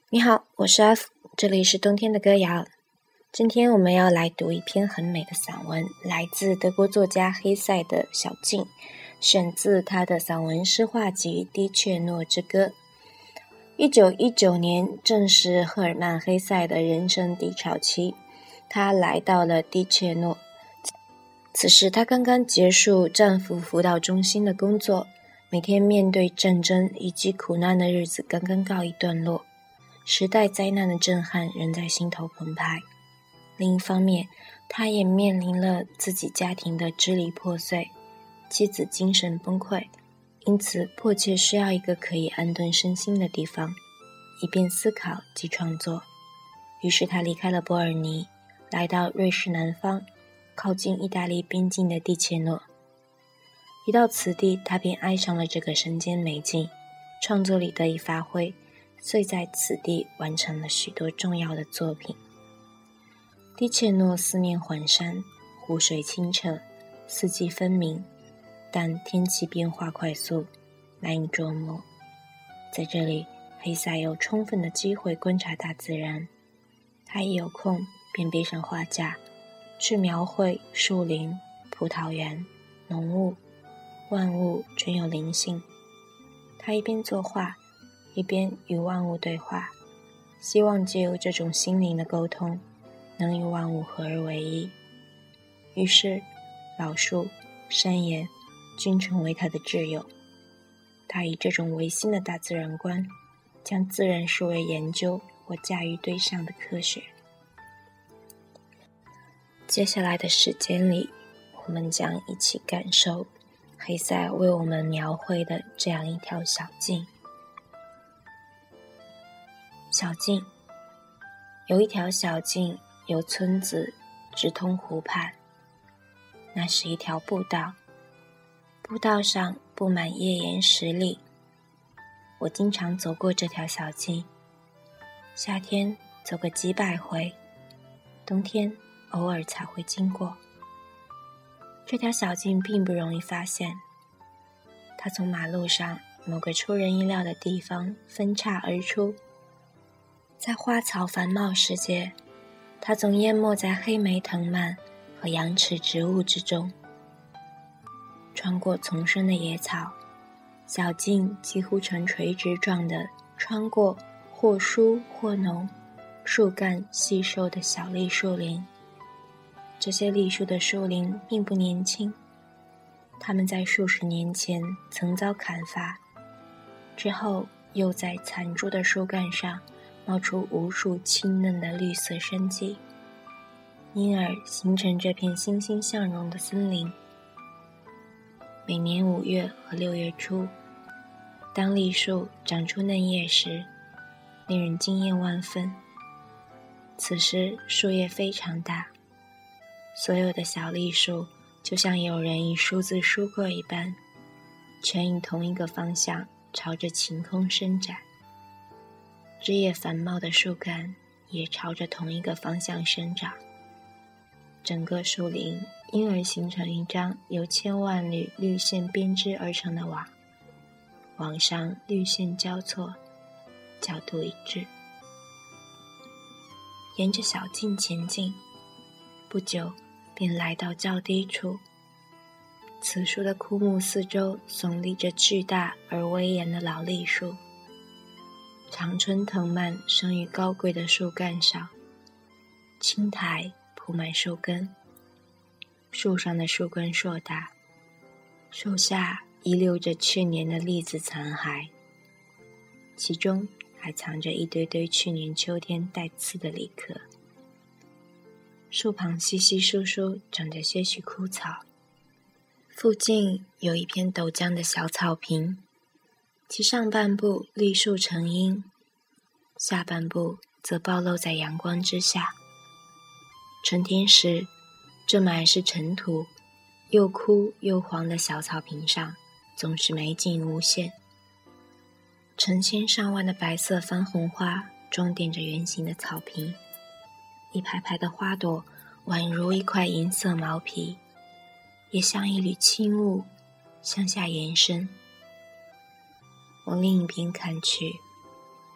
你好，我是 F， 这里是冬天的歌谣。今天我们要来读一篇很美的散文，来自德国作家黑塞的《小径》，选自他的散文诗画集《的确诺之歌》。1919年正是赫尔曼·黑塞的人生低潮期，他来到了的确诺。此时他刚刚结束战俘辅导中心的工作，每天面对战争以及苦难的日子刚刚告一段落。时代灾难的震撼仍在心头澎湃。另一方面，他也面临了自己家庭的支离破碎，妻子精神崩溃，因此迫切需要一个可以安顿身心的地方，以便思考及创作。于是他离开了波尔尼，来到瑞士南方，靠近意大利边境的的切诺。一到此地，他便爱上了这个人间美景，创作里得以发挥，遂在此地完成了许多重要的作品。的切诺四面环山，湖水清澈，四季分明，但天气变化快速，难以捉摸。在这里，黑塞有充分的机会观察大自然，他一有空便背上画架，去描绘树林、葡萄园、浓雾，万物均有灵性。他一边作画，一边与万物对话，希望借由这种心灵的沟通，能与万物合而为一。于是老树、山岩均成为他的挚友。他以这种唯心的大自然观，将自然视为研究或驾驭对象的科学。接下来的时间里，我们将一起感受黑塞为我们描绘的这样一条小径。小径，有一条小径由村子直通湖畔，那是一条步道，步道上布满页岩石粒。我经常走过这条小径，夏天走个几百回，冬天偶尔才会经过。这条小径并不容易发现，它从马路上某个出人意料的地方分叉而出，在花草繁茂时节，它总淹没在黑莓藤蔓和羊齿植物之中。穿过丛生的野草，小径几乎呈垂直状的穿过或疏或浓、树干细瘦的小栗树林。这些栗树的树龄并不年轻，它们在数十年前曾遭砍伐，之后又在残株的树干上冒出无数清嫩的绿色生机，因而形成这片欣欣向荣的森林。每年5月和6月初，当栗树长出嫩叶时，令人惊艳万分。此时树叶非常大，所有的小栗树就像有人以梳子梳过一般，全以同一个方向朝着晴空伸展。枝叶繁茂的树干也朝着同一个方向生长，整个树林因而形成一张由千万缕绿线编织而成的网，网上绿线交错，角度一致。沿着小径前进，不久便来到较低处。此处的枯木四周耸立着巨大而威严的老栗树，常春藤蔓生于高贵的树干上，青苔铺满树根，树上的树根硕大，树下遗留着去年的栗子残骸，其中还藏着一堆堆去年秋天带刺的梨壳。树旁稀稀疏疏长着些许枯草，附近有一片陡降的小草坪，其上半部栗树成荫，下半部则暴露在阳光之下。春天时，这满是尘土，又枯又黄的小草坪上总是美景无限。成千上万的白色番红花装点着圆形的草坪，一排排的花朵宛如一块银色毛皮，也像一缕轻雾向下延伸。往另一边看去，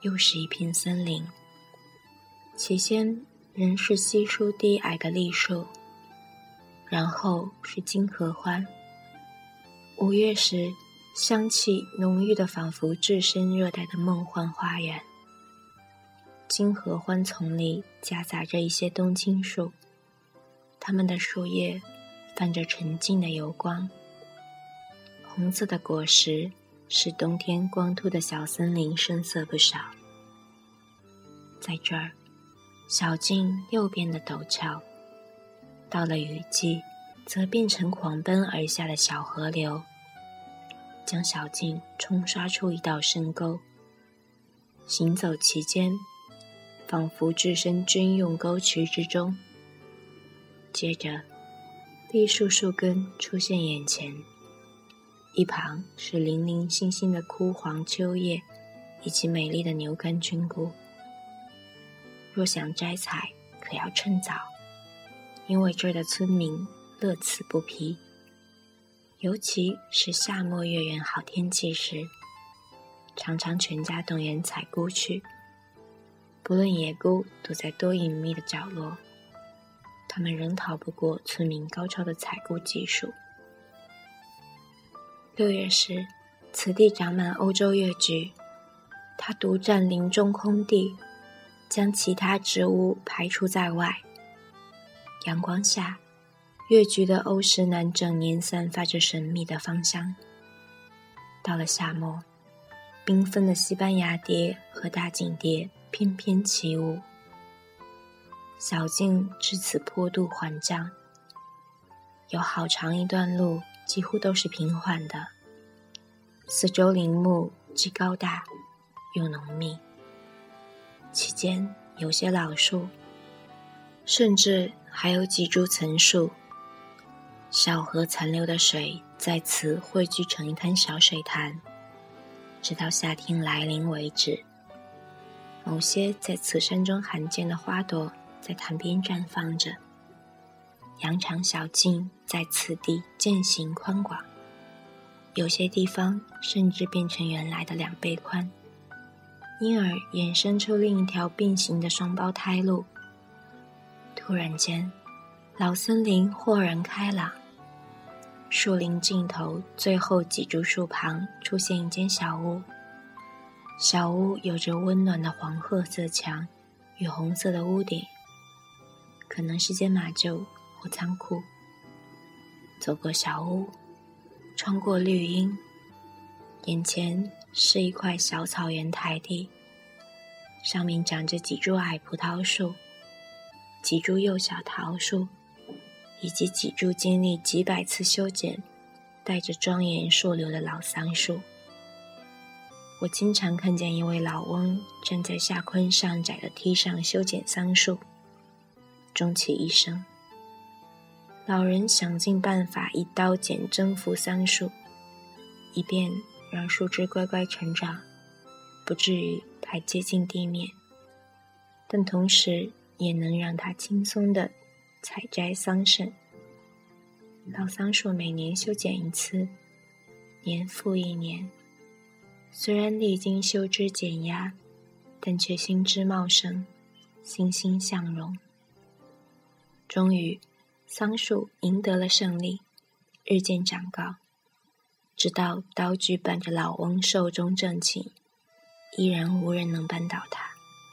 又是一片森林。起先仍是稀疏低矮的栗树，然后是金合欢。5月时，香气浓郁的仿佛置身热带的梦幻花园。金合欢丛里夹杂着一些冬青树，它们的树叶泛着纯净的油光，红色的果实使冬天光秃的小森林深色不少。在这儿，小径又变得陡峭，到了雨季则变成狂奔而下的小河流，将小径冲刷出一道深沟。行走其间，仿佛置身军用沟渠之中。接着，栗树树根出现眼前，一旁是零零星星的枯黄秋叶以及美丽的牛肝菌菇。若想摘采，可要趁早，因为这儿的村民乐此不疲，尤其是夏末月圆好天气时，常常全家动员采菇去。不论野菇躲在多隐秘的角落，它们仍逃不过村民高超的采菇技术。6月时，此地长满欧洲月菊，它独占林中空地，将其他植物排除在外。阳光下，月菊的欧石楠整年散发着神秘的芳香。到了夏末，缤纷的西班牙蝶和大锦蝶翩翩起舞。小径至此坡度缓降，有好长一段路几乎都是平缓的，四周林木既高大又浓密，其间有些老树，甚至还有几株岑树。小河残留的水在此汇聚成一滩小水潭，直到夏天来临为止。某些在此山中罕见的花朵在潭边绽放着，羊肠小径在此地渐行宽广，有些地方甚至变成原来的2倍宽，因而衍生出另一条并行的双胞胎路。突然间，老森林豁然开朗，树林尽头最后几株树旁出现一间小屋，小屋有着温暖的黄褐色墙与红色的屋顶，可能是间马厩或仓库。走过小屋，穿过绿荫，眼前是一块小草原台地，上面长着几株矮葡萄树，几株幼小桃树，以及几株经历几百次修剪带着庄严树瘤的老桑树。我经常看见一位老翁站在下宽上窄的梯上修剪桑树，终其一生，老人想尽办法一刀剪征服桑树，以便让树枝乖乖成长，不至于太接近地面，但同时也能让它轻松地采摘桑葚。老桑树每年修剪一次，年复一年，虽然历经修枝剪压，但却新枝茂盛，欣欣向荣。终于，桑树赢得了胜利，日渐长高，直到刀具伴着老翁寿终正寝，依然无人能扳倒它。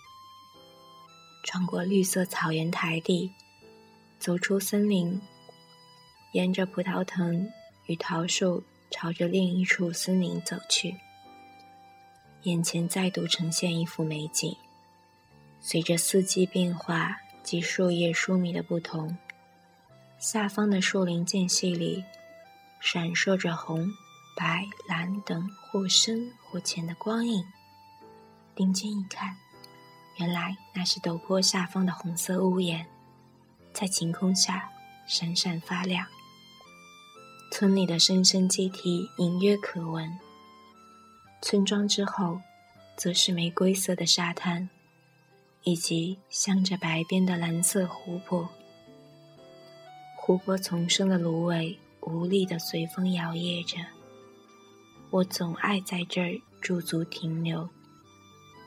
穿过绿色草原台地，走出森林，沿着葡萄藤与桃树朝着另一处森林走去，眼前再度呈现一幅美景。随着四季变化及树叶疏密的不同，下方的树林间隙里闪烁着红、白、蓝等或深或浅的光影。定睛一看，原来那是陡坡下方的红色屋檐，在晴空下闪闪发亮。村里的声声鸡啼隐约可闻，村庄之后则是玫瑰色的沙滩，以及镶着白边的蓝色湖泊。湖泊丛生的芦苇无力地随风摇曳着，我总爱在这儿驻足停留。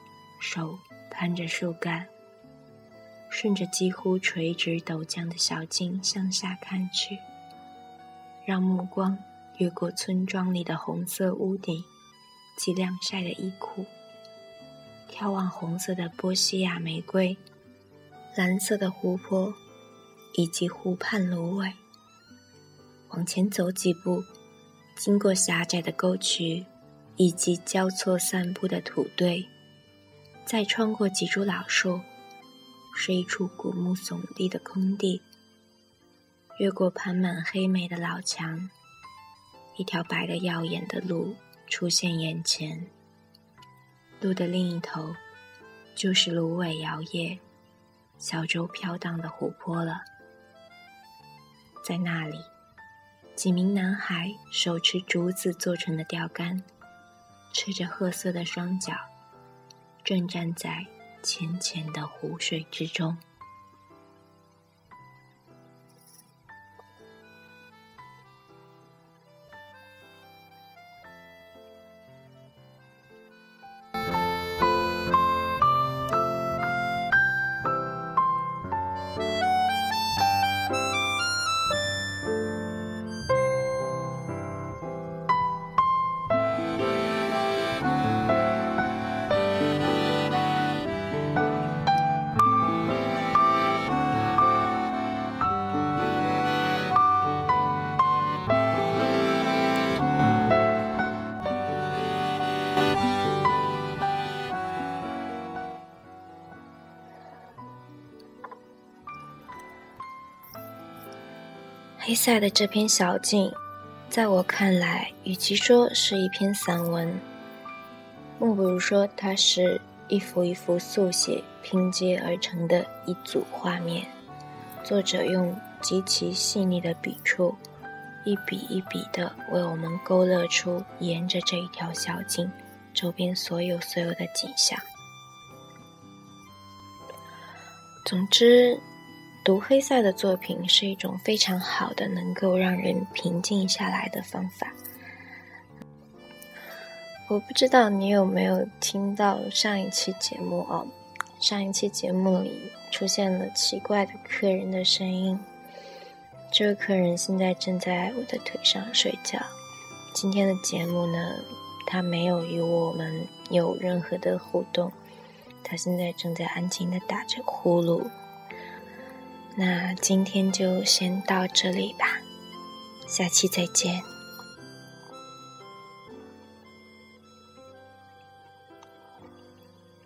手攀着树干，顺着几乎垂直陡降的小径向下看去，让目光越过村庄里的红色屋顶及晾晒的衣裤，眺望红色的波西亚玫瑰、蓝色的湖泊以及湖畔芦苇。往前走几步，经过狭窄的沟渠以及交错散布的土堆，再穿过几株老树，是一处古木耸立的空地。越过盘满黑莓的老墙，一条白得耀眼的路出现眼前。路的另一头就是芦苇摇曳、小舟飘荡的湖泊了。在那里，几名男孩手持竹子做成的钓竿，赤着褐色的双脚，正站在浅浅的湖水之中。黑塞的这篇小径，在我看来，与其说是一篇散文，莫不如说它是一幅一幅速写拼接而成的一组画面。作者用极其细腻的笔触，一笔一笔地为我们勾勒出沿着这一条小径周边所有的景象。总之，读黑塞的作品是一种非常好的能够让人平静下来的方法。我不知道你有没有听到上一期节目哦，上一期节目里出现了奇怪的客人的声音。这位客人现在正在我的腿上睡觉。今天的节目呢，他没有与我们有任何的互动，他现在正在安静地打着呼噜。那今天就先到这里吧，下期再见。